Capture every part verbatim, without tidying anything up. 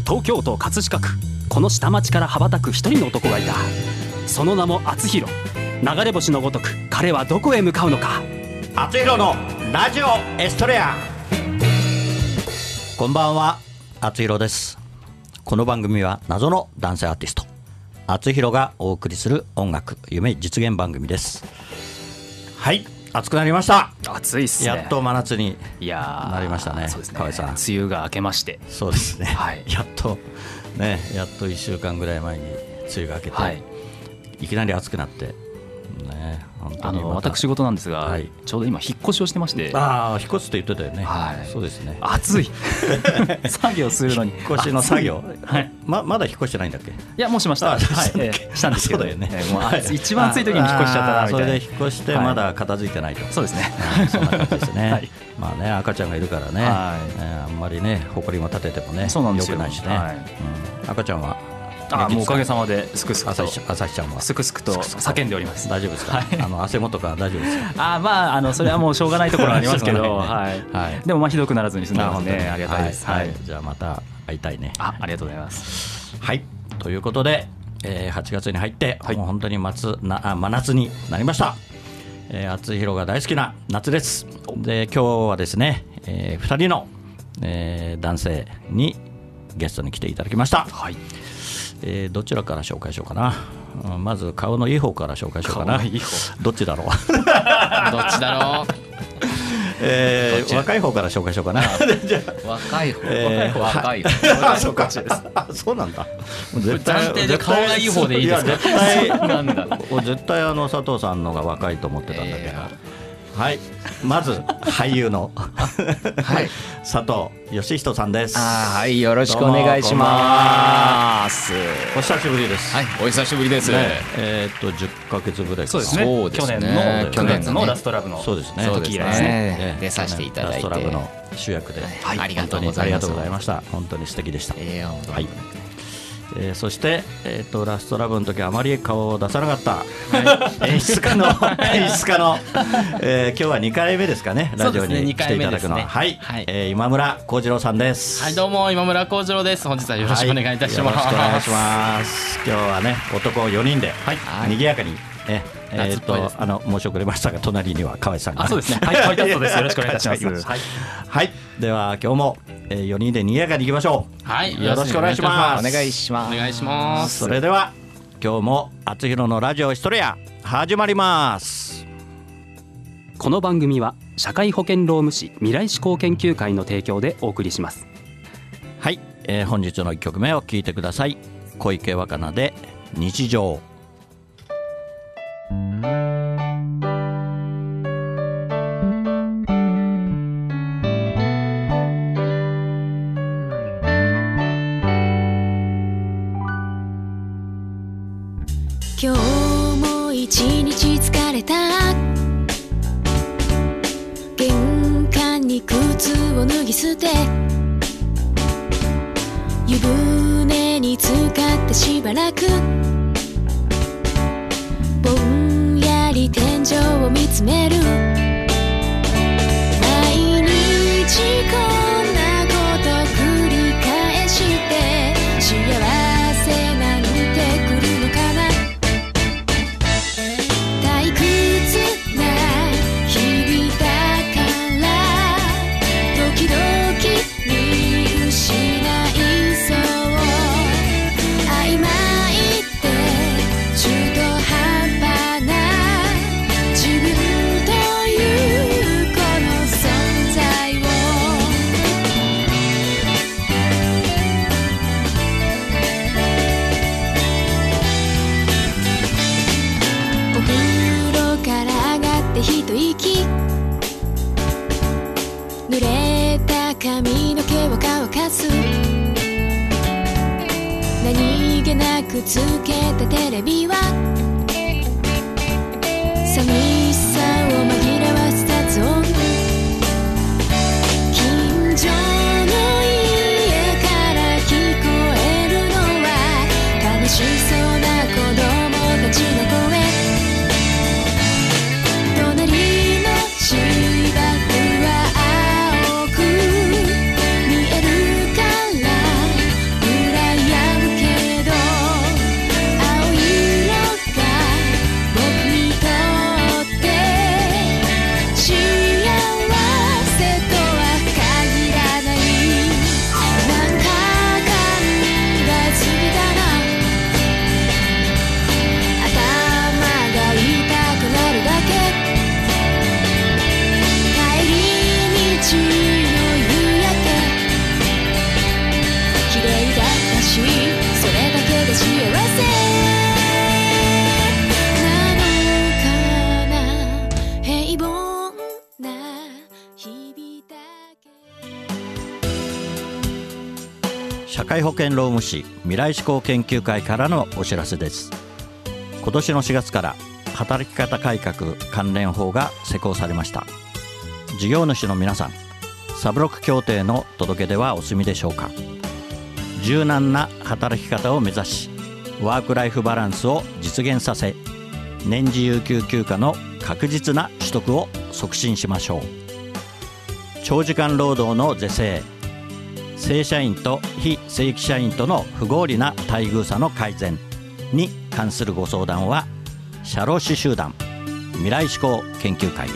東京都葛飾区この下町から羽ばたく一人の男がいた。その名も厚弘。流れ星のごとく彼はどこへ向かうのか。 厚弘のラジオエストレア。こんばんは、厚弘です。この番組は謎の男性アーティスト厚弘がお送りする音楽夢実現番組です。はい、暑くなりました。 暑いっすね。 やっと真夏にいやなりましたね。 そうですね。 河合さん、 梅雨が明けまして。 そうですね、 はい、 やっとね、やっといっしゅうかんぐらい前に梅雨が明けて、はい、いきなり暑くなってね、本当にまたあの私事なんですが、はい、ちょうど今引っ越しをしてまして。 ああ、引っ越すって言ってたよね。 はい、 そうですね。 暑い作業するのに引っ越しの作業、はい、ま, まだ引っ越してないんだっけ。いや、もうしました。はい、えー、したんですけど、 そうだよね、 えー、もう暑い一番暑い時に引っ越しちゃったなみたいな。 それで引っ越してまだ片付いてないと、はい、 そうですね。 そんな感じですね。はい、まあね、赤ちゃんがいるからね、 はい、 えー、あんまりね埃も立ててもね、 そうなんですよ。 良くないしね、はい、うん、赤ちゃんはあもうおかげさまですくすくと朝日ちゃんはすくすくと叫んでおります。 大丈夫ですか、はい、あの汗元から大丈夫ですか。 あまあ、あのそれはもうしょうがないところはありますけど、 はいはい、 でもまあひどくならずに済んでますね。ありがたいです、 はいはい、じゃあまた会いたいね。 あ, ありがとうございます。 はい、ということで、えー、はちがつに入って、はい、もう本当に夏なあ真夏になりました。えー、厚弘が大好きな夏です。で今日はですね、えー、ふたりの、えー、男性にゲストに来ていただきました。はい、えー、どちらから紹介しようかな。うん、まず顔のいい方から紹介しようかな。 顔のいい方どっちだろうどっちだろうえー、若い方から紹介しようかな。 若い方、 えー、 若い方あ、そうか。あ、そうなんだ。 絶対暫定で顔がいい方でいいですか。 いや絶対なんだ絶対あの佐藤さんのが若いと思ってたんだけど、えー、はい、まず俳優の、はい、佐藤義人さんです。 あ、はい、よろしくお願いします。 お久しぶりです。 はい、お久しぶりです。 ね、えー、っとじゅっかげつぶらいか。 そうですね。 そうですね、 去年のくがつのラストラブのそうですね。 時以来ですね。 出させていただいて、 ラストラブの主役で、 はい、ありがとうございます。 ありがとうございました。本当に素敵でした。 えー、本当に、はい、 えー、そして、えー、とラストラブの時あまり顔を出さなかった、はい、演出家の演出家の、えー、今日はにかいめですかね、ラジオに来ていただくのは、ね、はい、はい、えー、今村幸次郎さんです。 はい、どうも今村幸次郎です。本日はよろしくお願いいたします。 はい、よろしくお願いします。今日はね、男よにんで、はい、賑やかに、ね、えー、とあの申し遅れましたが、隣には河合さんが、 あ、そうですね、はい、河合キャストです。よろしくお願いいたします。 はい、はい、では今日も、えー、よにんで賑やかにいきましょう。 はい、 よろしくお願いします。 お願いします。お願いします。 それでは今日も厚弘のラジオエストレア始まります。 この番組は社会保険労務士未来志向研究会の提供でお送りします。 はい、えー、本日のいっきょくめを聴いてください。小池若菜で日常。 今日も一日疲れた。玄関に靴を脱ぎ捨て、湯船に浸かってしばらく、ぼんやり天井を見つめる。毎日こんなこと繰り返して幸せなんて来るのかな。退屈な日々だから時々見失いそう。曖昧で中途半端な自分というこの存在を。お風呂から上がって一息、濡れた髪の毛を乾かす。何気なくつけたテレビは寂しさを紛らわす雑音。近所の家から聞こえるのは悲しそうな子供たちの声。隣の芝生は青く見えるから社会保険労務士未来志向研究会からのお知らせです。今年のしがつから働き方改革関連法が施行されました。事業主の皆さん、サブロック協定の届け出はお済みでしょうか。柔軟な働き方を目指し、ワークライフバランスを実現させ、年次有給休暇の確実な取得を促進しましょう。長時間労働の是正、正社員と非正規社員との不合理な待遇差の改善に関するご相談は、社労士集団未来志向研究会へ。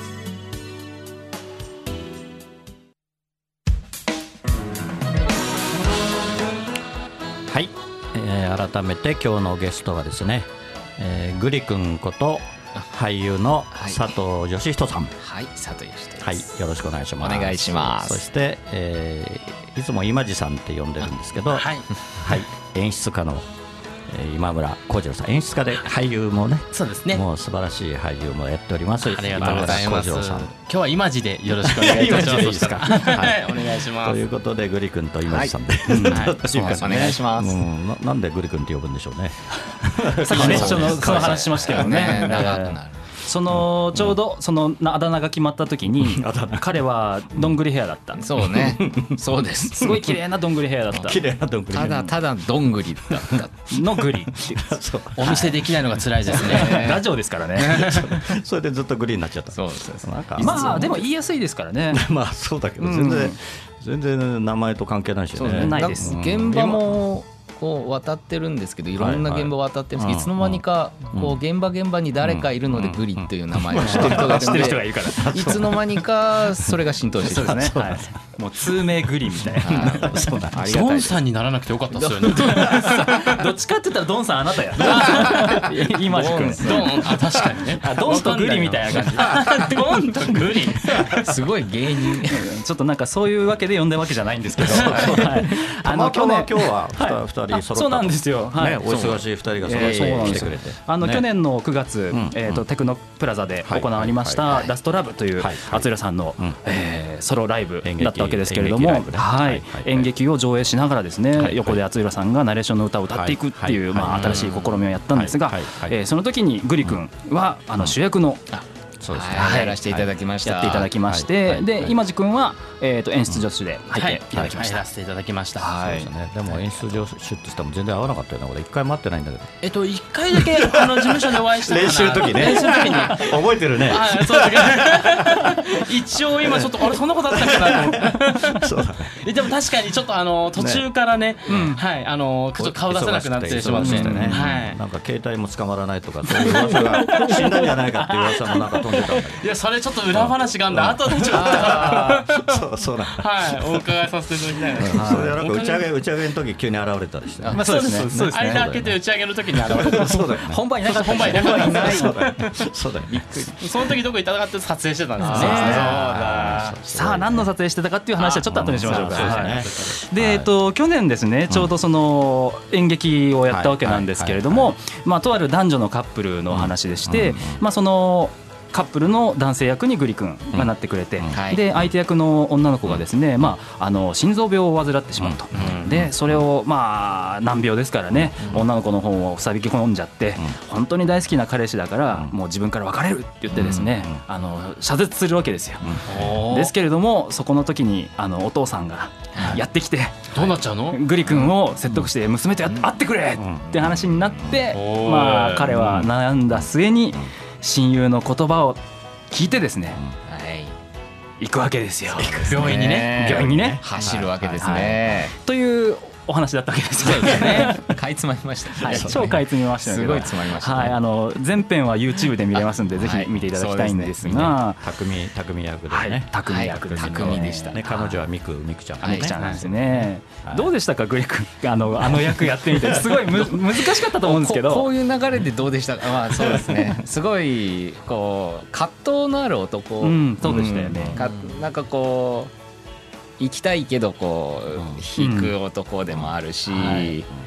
はい、えー、改めて今日のゲストはですね、えー、グリ君こと俳優の佐藤義人さん。 はい、佐藤義人です。 はい、よろしくお願いします。 お願いします。 そして、えー、いつも今地さんって呼んでるんですけど、はい、はい、演出家の今村幸次郎さん、演出家で俳優もね、 そうですね、 もう素晴らしい俳優もやっております。 ありがとうございます。 今村今日は今地でよろしくお願いいたします。 今地でいいですか。はい、 お願いします。 ということでグリ君と今地さんで、 はい、お願いします。 うん、な, なんでグリ君って呼ぶんでしょうね。 さっきね、そのその話しましたけどね。 長くなる。 そのちょうどそのあだ名が決まった時に、彼はどんぐりヘアだった。 そうね、そうです。 すごい綺麗などんぐりヘアだった。 綺麗などんぐり。 ただただどんぐりだったのぐり。 お見せできないのが辛いですね。 ラジオですからね。 それでずっとグリになっちゃった。 そうです。 なんかまあでも言いやすいですからね。 まあそうだけど全然全然名前と関係ないしね。 ないです。 現場もこう渡ってるんですけど、いろんな現場渡ってるんですけど、いつの間にかこう現場現場に誰かいるのでグリっていう名前を知ってる人がいるので、いつの間にかそれが浸透してるんですね。 もう通名グリみたいな。 ドンさんにならなくてよかったですよね。 どっちかって言ったらドンさんあなたや。今地君。 ドン、あ、確かにね。 ドンとグリみたいな感じ。 ドンとグリ。 すごい芸人。 ちょっとなんかそういうわけで呼んだわけじゃないんですけど。 あの去年今日はふたりそうなんですよ。 はい、お忙しいふたりが揃って来てくれて、 あの去年のくがつ、えっとテクノプラザで行われましたラストラブという厚浦さんのソロライブだったわけですけれども、はい、演劇を上映しながらですね、横で厚浦さんがナレーションの歌を歌っていくっていう、まあ新しい試みをやったんですが、その時にグリ君はあの主役のそうですね、やらせていただきました。 やっていただきまして、で今地君はえっと演出助手で入っていただきました。 入らせていただきました。 そうですね。でも演出助手ってしても全然合わなかったよね。俺一回待ってないんだけど。 えっと一回だけあの事務所でお会いしたかな。 練習の時ね。 練習の時に覚えてるね。 はい、そうだけど。一応今ちょっとあれそんなことあったっけなと思って。そうだね。でも確かにちょっとあの途中からね、はいあのちょっと顔出せなくなってしまってね。はい。 なんか携帯も捕まらないとかそういう噂が死んだんじゃないかっていう噂もなんか飛んでたんだけど。 いやそれちょっと裏話があるんだ。後でちょっとそうそうなんだ。 はいお伺いさせていただきたいです。 それなんか打ち上げ打ち上げの時急に現れたりして。 まあそうですね。そうですね。 間開けて打ち上げの時に現れた。 そうだよね。 本番いなかった。 本番いなかった。 そうだよ。そうだよ。びっくり。 その時どこ行ったかって撮影してたんですよね。 そうだ。さあ何の撮影してたかっていう話はちょっと後にしましょうか。でえっと去年ですねちょうどその演劇をやったわけなんですけれども、まあとある男女のカップルの話でして、まあそのカップルの男性役にグリ君がなってくれて、うん、で相手役の女の子がですね、まあ、あの心臓病を患ってしまうと、うん、でそれをまあ難病ですからね、うん、女の子の方をふさびき込んじゃって、うん、本当に大好きな彼氏だから、うん、もう自分から別れるって言ってですね、うん、あの謝絶するわけですよ、うん、ですけれどもそこの時にあのお父さんがやってきて、 どうなっちゃうの？ グリ君を説得して娘とやって会ってくれって話になって、まあ彼は悩んだ末に親友の言葉を聞いてですね、はい、行くわけですよ。 病院にね、 病院にね走るわけですね。 というお話だったわけですよね。 かいつまみました。 はい、超かいつみましたけど。 すごいつまみました。 はい、あの全編は YouTube で見れますんでぜひ見ていただきたいんですが、 匠匠役でね。 匠役で匠でしたね。 彼女はミクミクちゃん。 ミクちゃんなんですね。どうでしたかグリ君、あのあの役やってみてすごいむ難しかったと思うんですけど。 こういう流れでどうでしたか。まあそうですね。すごいこう葛藤のある男。 うん、そうでしたよね。 なんかこう。行きたいけどこう引く男でもあるし、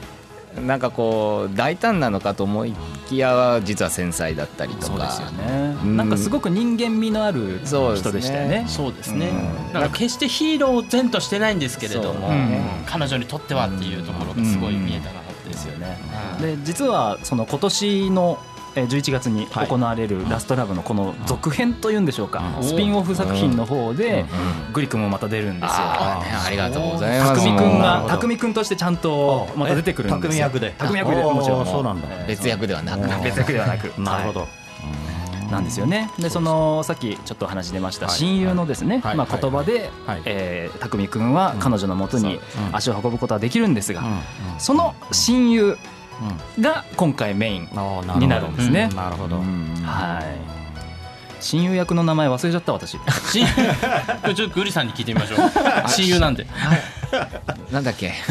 なんかこう大胆なのかと思いきや実は繊細だったりとか。 そうですよね、うん、なんかすごく人間味のある人でしたよね。 そうですね、うん、なんか決してヒーローを善としてないんですけれども、うん、彼女にとってはっていうところがすごい見えたなですよね、 うん、で実はその今年のじゅういちがつに行われるラストラブのこの続編というんでしょうか、スピンオフ作品の方でグリ君もまた出るんですよ。 ありがとうございます。 匠君が匠君としてちゃんとまた出てくるんですよ。 匠役で匠役でもちろんそうなんだ、 別役ではなく別役ではなくなるほど、 なんですよね。でそのさっきちょっと話出ました親友のですね、まあ言葉で匠君は彼女のもとに足を運ぶことはできるんですが、その親友が今回メインになるんですね。 なるほど、 はい。親友役の名前忘れちゃった私。 親友ちょっとグリさんに聞いてみましょう。親友なんで。 なんだっけ。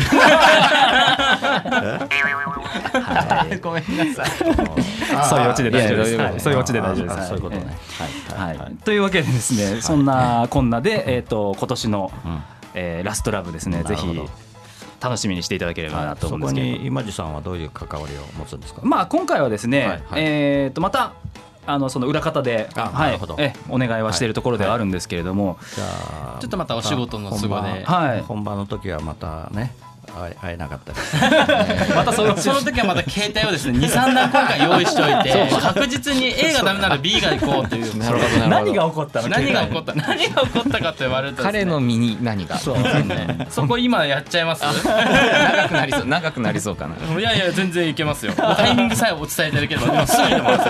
ごめんなさい。 そういうオチで大丈夫です。そういうオチで大丈夫です。 そういうことね。 はい。というわけでですね、そんなこんなでえっと今年のラストラブですね、ぜひ楽しみにしていただければなと思うんですけど、 そこに今地さんはどういう関わりを持つんですか。 まあ今回はですね、えっとまたあのその裏方で、はい、えお願いはしているところではあるんですけれども、 じゃあちょっとまたお仕事の都合で、 はい、本番の時はまたね会えなかったりまたそのその時はまた携帯をですねにさんだん今回用意しておいて確実に A がダメなら B が行こうっていう。 何が起こったの何が起こった何が起こったかと言われると、 彼の身に何がそうね、そこ今やっちゃいます。 長くなりそう長くなりそうかな。 いやいや全然いけますよ。タイミングさえお伝えいただければ今すぐにでも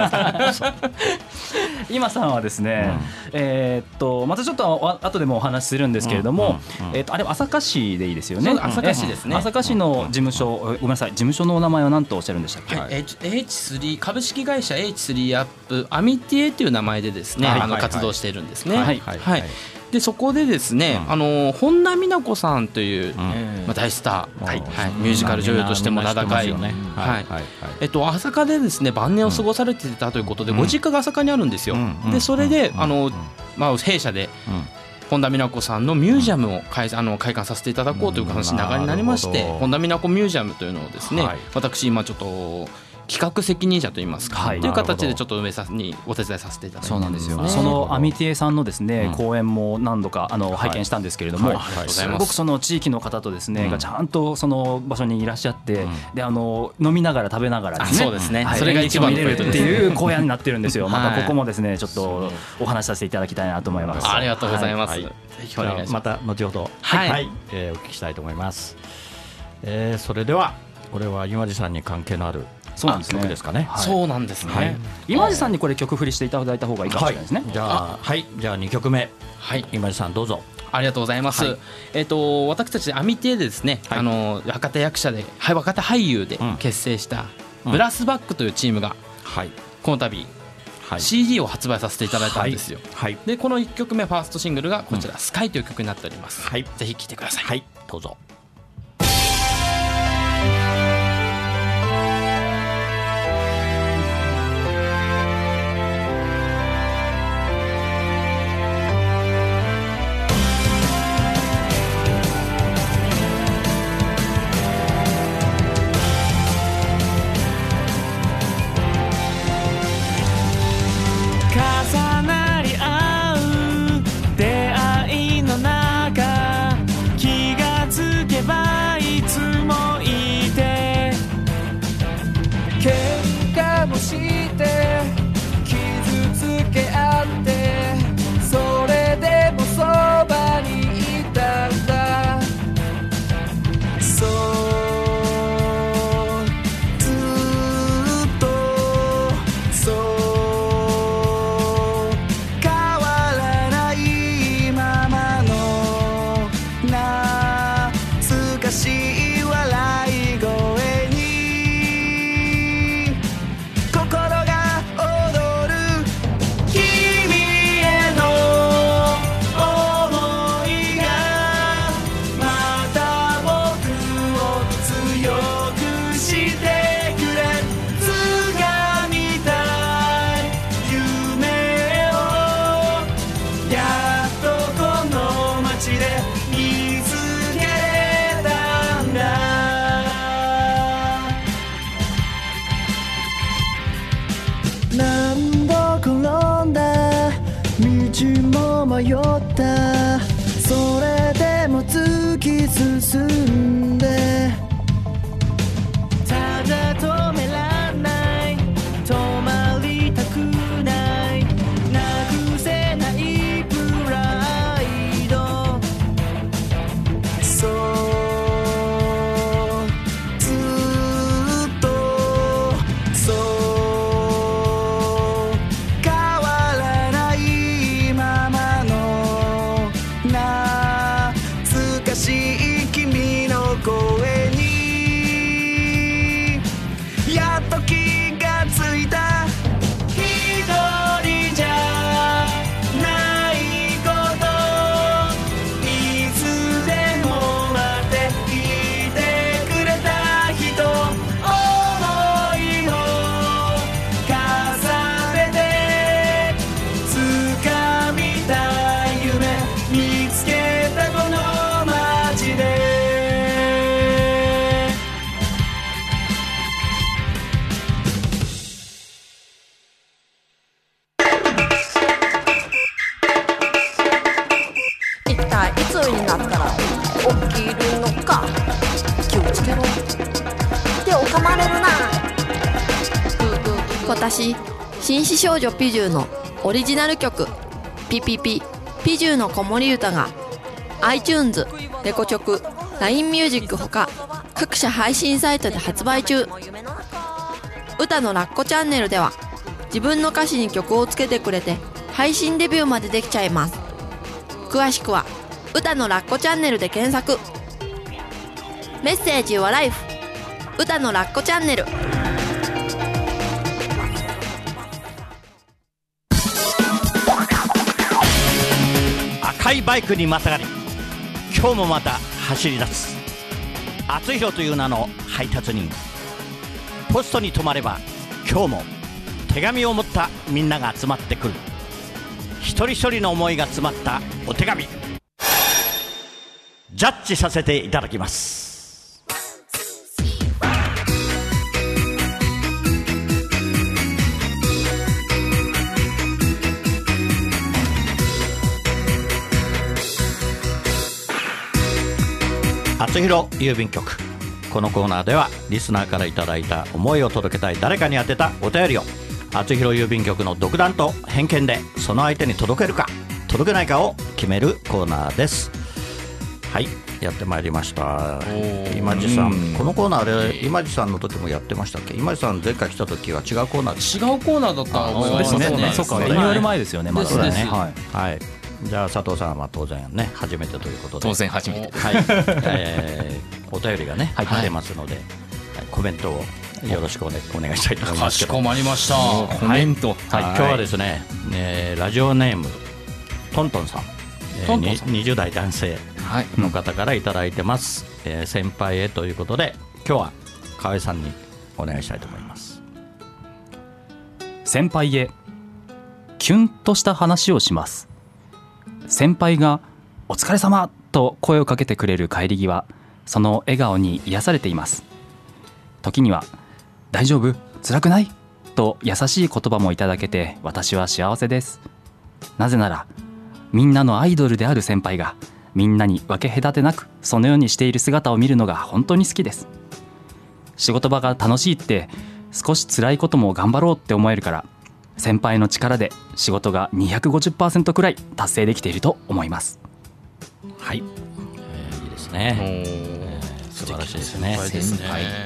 今さんはですね、えっとまたちょっと後でもお話しするんですけれども、えっとあれ朝霞市でいいですよね。 朝霞市ですね。 朝霞市の事務所、ごめんなさい、事務所のお名前は何とおっしゃるんでしたっけ。 はい、エイチスリー 株式会社 エイチスリー アップアミティエという名前でですね、あの活動しているんですね。はいはいはい。でそこでですね、あの本田美奈子さんというまあ大スター、はいはい、ミュージカル女優としても名高い、はいはい、えっと朝霞でですね晩年を過ごされていたということで、ご実家が朝霞にあるんですよ。でそれであのまあ弊社で本田美奈子さんのミュージアムを開あの開館させていただこうという話に流れになりまして、本田美奈子ミュージアムというのをですね、私今ちょっと企画責任者といいますか、はい、という形でちょっと上さんにお手伝いさせていただいて、そうなんですよ。 そのアミティエさんのですね、公演も何度かあの拝見したんですけれども、すごくその地域の方とですね、がちゃんとその場所にいらっしゃって、であの飲みながら食べながらですね、 そうですね、それが一番のポイントですっていう公演になってるんですよ。またここもですねちょっとお話しさせていただきたいなと思います。 ありがとうございます。ぜひお願いします。 また後ほどはいお聞きしたいと思います。それではこれは今地さんに関係のあるそうなんですね。 曲ですかね。 そうなんですね。 今地さんにこれ曲振りしていただいた方がいいかもしれないですね。 じゃあはいじゃあにきょくめ、はい今地さんどうぞ。 ありがとうございます。はい、えっ、ー、と私たちアミティエでですね、はい、あの若手役者で、はい、若手俳優で結成したブラスバックというチームが、はい、この度、はい、シーディー を発売させていただいたんですよ。はいはい、でこのいっきょくめファーストシングルがこちら、うん、スカイという曲になっております。はい、ぜひ聴いてください。 はい、どうぞ。 重なり合う出会いの中気がつ私紳士少女ピジューのオリジナル曲ピピピピジューの子守歌が iTunes、レコチョク、ライン ミュージックほか各社配信サイトで発売中。歌のラッコチャンネルでは自分の歌詞に曲をつけてくれて配信デビューまでできちゃいます。詳しくは歌のラッコチャンネルで検索。メッセージはライフ歌のラッコチャンネル。 赤いバイクにまたがり今日もまた走り出す厚弘という名の配達人。ポストに止まれば今日も手紙を持ったみんなが集まってくる。一人一人の思いが詰まったお手紙ジャッジさせていただきます。厚弘郵便局。このコーナーではリスナーからいただいた思いを届けたい誰かに宛てたお便りを厚弘郵便局の独断と偏見でその相手に届けるか届けないかを決めるコーナーです。はい、やってまいりました。今地さん、このコーナーで今地さんの時もやってましたっけ？今地さん前回来た時は違うコーナーで違うコーナーだった思いますね。 そうか、リニューアル前ですよね。まだね。 はい、はい、じゃあ佐藤さんは当然ね初めてということで当然初めて、 はいえー、お便りがね入ってますので、はい、コメントをよろしくお,、ね、お願いしたいと思いますけど。 かしこまりました。 コメント、 はいはい、今日はですね、えー、ラジオネームトントンさん、えー、トントンさんにじゅう代男性の方からいただいてます、はいえー、先輩へということで今日は河合さんにお願いしたいと思います。 先輩へキュンとした話をします。先輩がお疲れ様と声をかけてくれる帰り際、その笑顔に癒されています。時には大丈夫？辛くない？と優しい言葉もいただけて私は幸せです。なぜならみんなのアイドルである先輩がみんなに分け隔てなくそのようにしている姿を見るのが本当に好きです。仕事場が楽しいって少し辛いことも頑張ろうって思えるから先輩の力で仕事が にひゃくごじゅっパーセント くらい達成できていると思います。 はい、えー、いいですね、えー、素晴らしいですね。 先輩、 はい、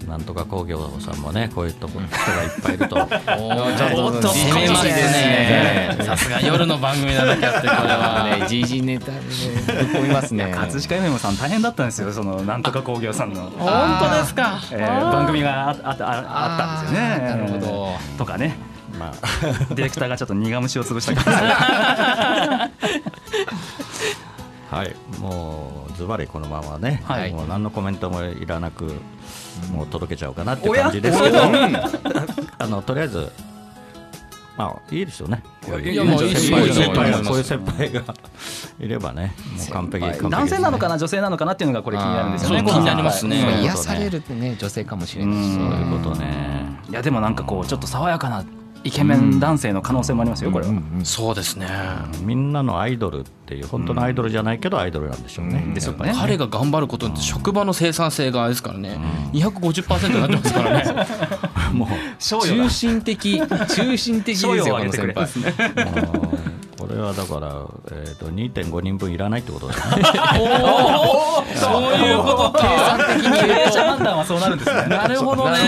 なんとか工業さんもねこういうとこ人がいっぱいいるとおっと攻めますね。さすが夜の番組だなきゃってこれはね ジージー ネタでぶっ込みますね。 葛飾 エムエム さん大変だったんですよ、そのなんとか工業さんの本当ですか、 えー、番組があああったんですよね。 なるほどとかね、まあ、ディレクターがちょっと苦虫を潰した感じはい、もうズバリこのままね、はい、もう何のコメントもいらなくもう届けちゃおうかなっていう感じですけどあのとりあえずまあいいですよね。こういう先輩がいればねもう完璧完璧、ね、 男性なのかな女性なのかなっていうのがこれ気になるんですよね。 気になりますね。 癒されるってね女性かもしれないし、 そういうことね。 いやでもなんかこうちょっと爽やかなイケメン男性の可能性もありますよこれは、うんうんうん、そうですね。 みんなのアイドルっていう本当のアイドルじゃないけどアイドルなんでしょうね、うん、 でしょうかね。 彼が頑張ることって職場の生産性がですからね、うん、にひゃくごじゅっパーセント になってますからねもう中心的中心的ですよこの先輩これはだから、えー、と にてんごにんぶんいらないってことですねおーそういうことか。 計算的に経営者判断はそうなるんですね。 なるほどね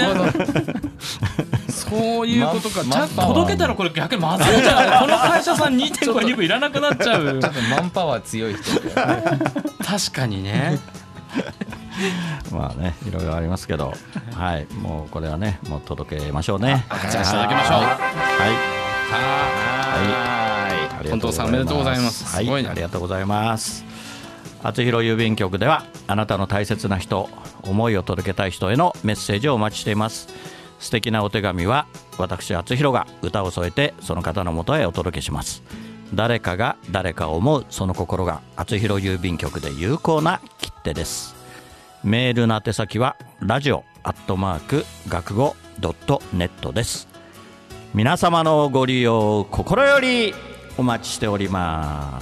そういうことか。ちゃんと届けたらこれ逆にまずいじゃんこの会社さん にてんごにんぶんいらなくなっちゃう。 ちょっとマンパワー強い人確かにねまあねいろいろありますけどはいもうこれはねもう届けましょうね。 あじゃあいただきましょう。 はいはい本当さんおめでとうございます。 はい、はい、ありがとうございます。厚弘郵便局ではあなたの大切な人思いを届けたい人へのメッセージをお待ちしています。素敵なお手紙は私厚弘が歌を添えてその方のもとへお届けします。誰かが誰かを思うその心が厚弘郵便局で有効な切手です。メールの宛先はラジオアットマーク学語ドットネットです。皆様のご利用心よりお待ちしております。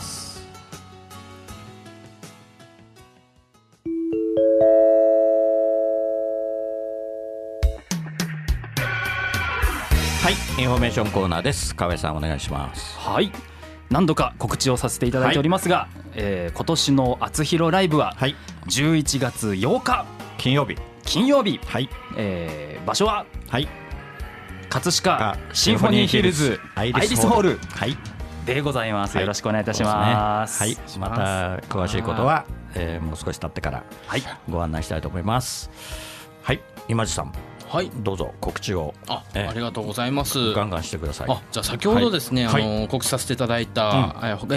インフォメーションコーナーです。河合さんお願いします。 はい、何度か告知をさせていただいておりますが、はい、えー、今年のあつひろライブはじゅういちがつようか金曜日金曜日、 はい、 えー、場所は、 はい、 葛飾シンフォニーヒルズアイリスホール、はい、でございます。よろしくお願いいたします。 はい、また詳しいことは、えー、もう少し経ってからご案内したいと思います。はい、今地さん、はい、どうぞ告知を。 あ, ありがとうございます。 ガンガンしてください。 あ、じゃあ先ほどですね、はい、あの告知させていただいた、うん、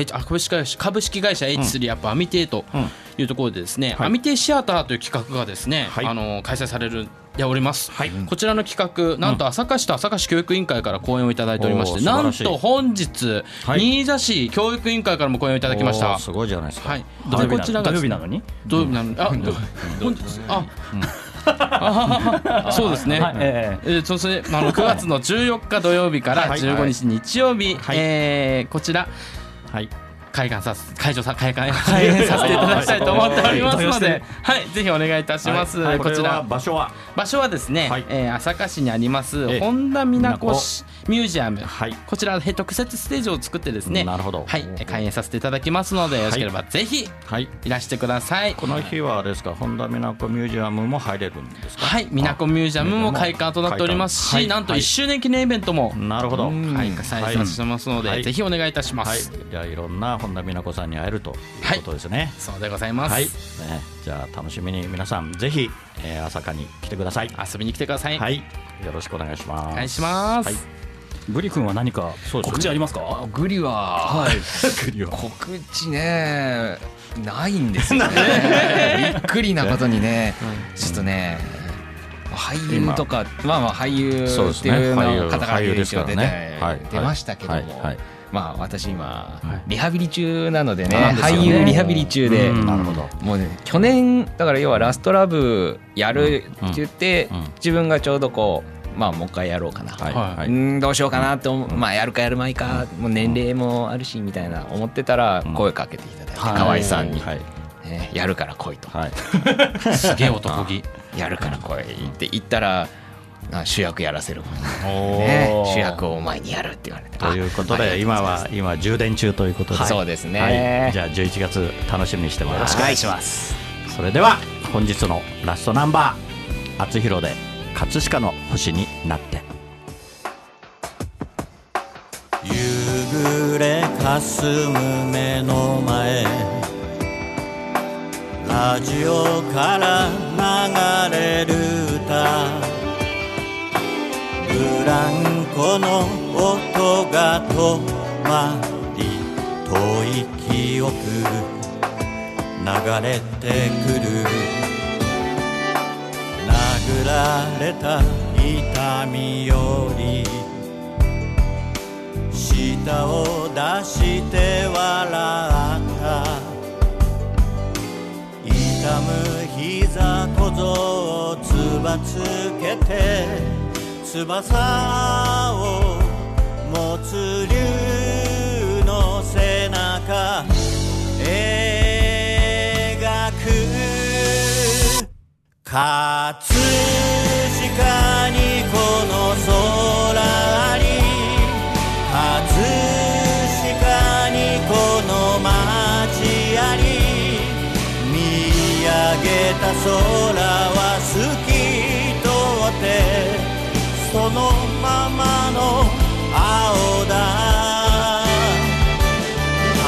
株式会社株式会社 エイチスリー アップアミテイというところでですね、はい、アミテイシアターという企画がですね、はい、あの開催されるでおります、はい、こちらの企画、なんと朝霞市と朝霞市教育委員会から講演をいただいておりまして、うん、なんと本日、はい、新座市教育委員会からも講演をいただきました。 すごいじゃないですか、はい、 土曜日なのに土曜日なのにあ、本日ああそうですね、はい、えーえー、そしてあのくがつのじゅうよっか土曜日からじゅうごにち日曜日、はい、えー、こちら、はい、開館さす会場さ開館開演させていただきたいと思っておりますので、はい、ぜひお願いいたします。はいはい、こちら場所は場所はですね、はい、えー、朝霞市にあります本田美奈子ミュージアム、はい、こちら特設ステージを作ってですね、 なるほど、 はい、開演させていただきますので、よろしければぜひいらしてください。はい、 この日はですか、本田美奈子ミュージアムも入れるんですか。 はい、美奈子ミュージアムも開館となっておりますし、はい、なんといっしゅうねん記念イベントも、 なるほど、はい、 開催させてますので、はい、ぜひお願いいたします。 はい、じゃあいろんな本田美奈子さんに会えるということですね。はい、 そうでございます。 はい、ね、じゃあ楽しみに皆さんぜひ、えー、朝霞に来てください。 遊びに来てください。 はい、よろしくお願いします。 お願いします。はい、 グリ君は何か告知ありますか。 あ、グリは、はい、グリは告知ねないんですよね。びっくりなことにね、ちょっとね、俳優とか、まあまあ俳優っていうの方が一応出て出ましたけども、まあ私今リハビリ中なのでね、俳優リハビリ中で、もうね去年だから要はラストラブやるって言って自分がちょうどこう、まあもう一回やろうかな、はい、うんどうしようかなって思う、まあやるかやるまいか、もう年齢もあるしみたいな思ってたら声かけていただいて、河合さんに、ね、やるから来いと、はい、すげえ男気やるから来いって言ったら、主役やらせる、ね、主役をお前にやるって言われて、 ということで今は今充電中ということで、はい、 そうですね、 はい、じゃあじゅういちがつ楽しみにしてます。 よろしくお願いします。 それでは本日のラストナンバー、あつひろで葛飾の星になって。夕暮れかすむ目の前、ラジオから流れる歌、ブランコの音が止まり、遠い記憶流れてくる、殴られた痛みより舌を出して笑った痛む膝小僧つばつけて翼を持つ竜の背中描く葛飾にこの空に葛飾にこの街あり見上げた空は透き通ってそのままの青だ葛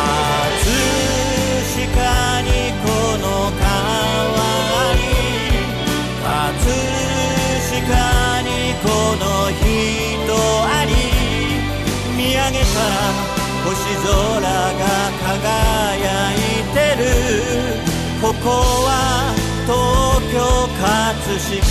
飾にこの川に葛飾にこの人あり見上げたら星空が輝いてるここは東京葛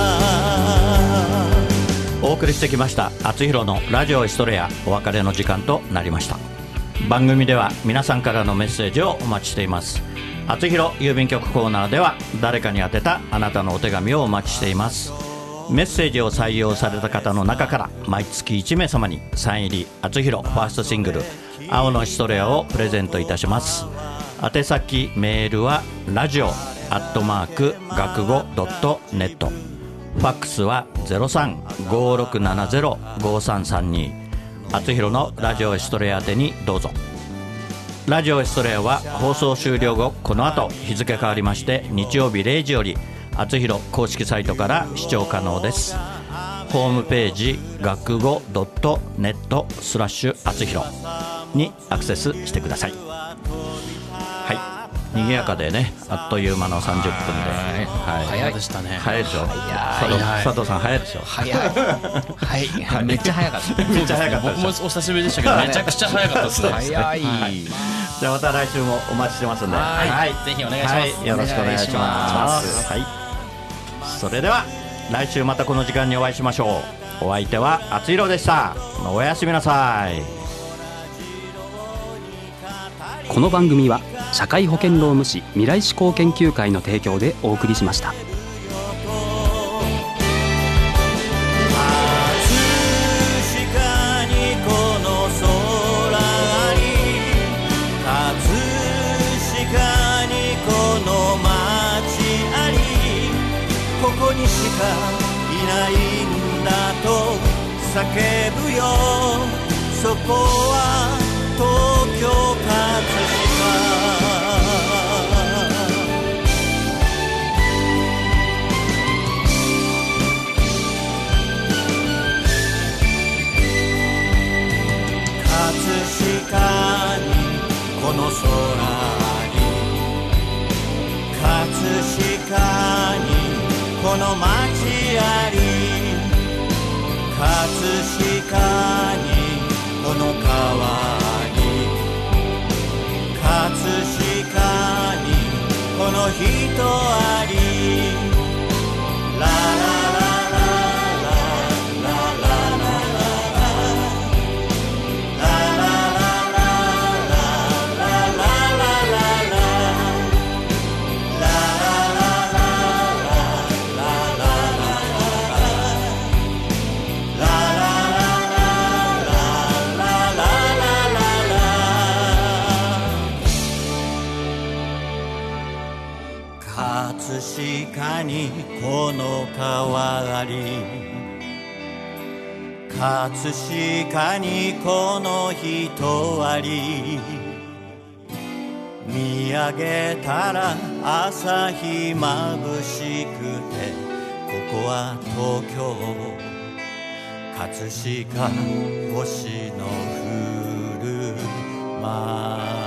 飾。お送りしてきましたあつひろのラジオエストレア、お別れの時間となりました。番組では皆さんからのメッセージをお待ちしています。あつひろ郵便局コーナーでは誰かに宛てたあなたのお手紙をお待ちしています。メッセージを採用された方の中から毎月いち名様にサイン入りあつひろファーストシングル青のエストレアをプレゼントいたします。宛先メールはラジオアットマーク学語ドットネットファックスは ゼロさん ごーろくななゼロ ごさんさんに、あつひろのラジオエストレア宛てにどうぞ。ラジオエストレアは放送終了後、この後日付変わりまして日曜日れいじよりあつひろ公式サイトから視聴可能です。ホームページ学語 .net スラッシュあつひろにアクセスしてください。はい、賑やかでね、あっという間のさんじゅっぷんで、 はい、早いでしたね。 早いでしょ。佐藤さん早いでしょ。 早いはいめっちゃ早かっためっちゃ早かった。僕もお久しぶりでしたけどめちゃくちゃ早かったですね。 早い。 じゃあまた来週もお待ちしてますんで、 はい、ぜひお願いします。 よろしくお願いします。はい、それでは来週またこの時間にお会いしましょう。お相手はあつひろでした。おやすみなさい。 この番組は社会保険労務士未来志向研究会の提供でお送りしました。 いないんだと叫ぶよ。そこは東京葛飾。葛飾にこの空に、葛飾にこの街あり、葛飾にこの川に、葛飾にこの人あり。ララララ葛飾にこの川あり、葛飾にこの人あり。見上げたら朝日眩しくて、ここは東京葛飾、星の降る街。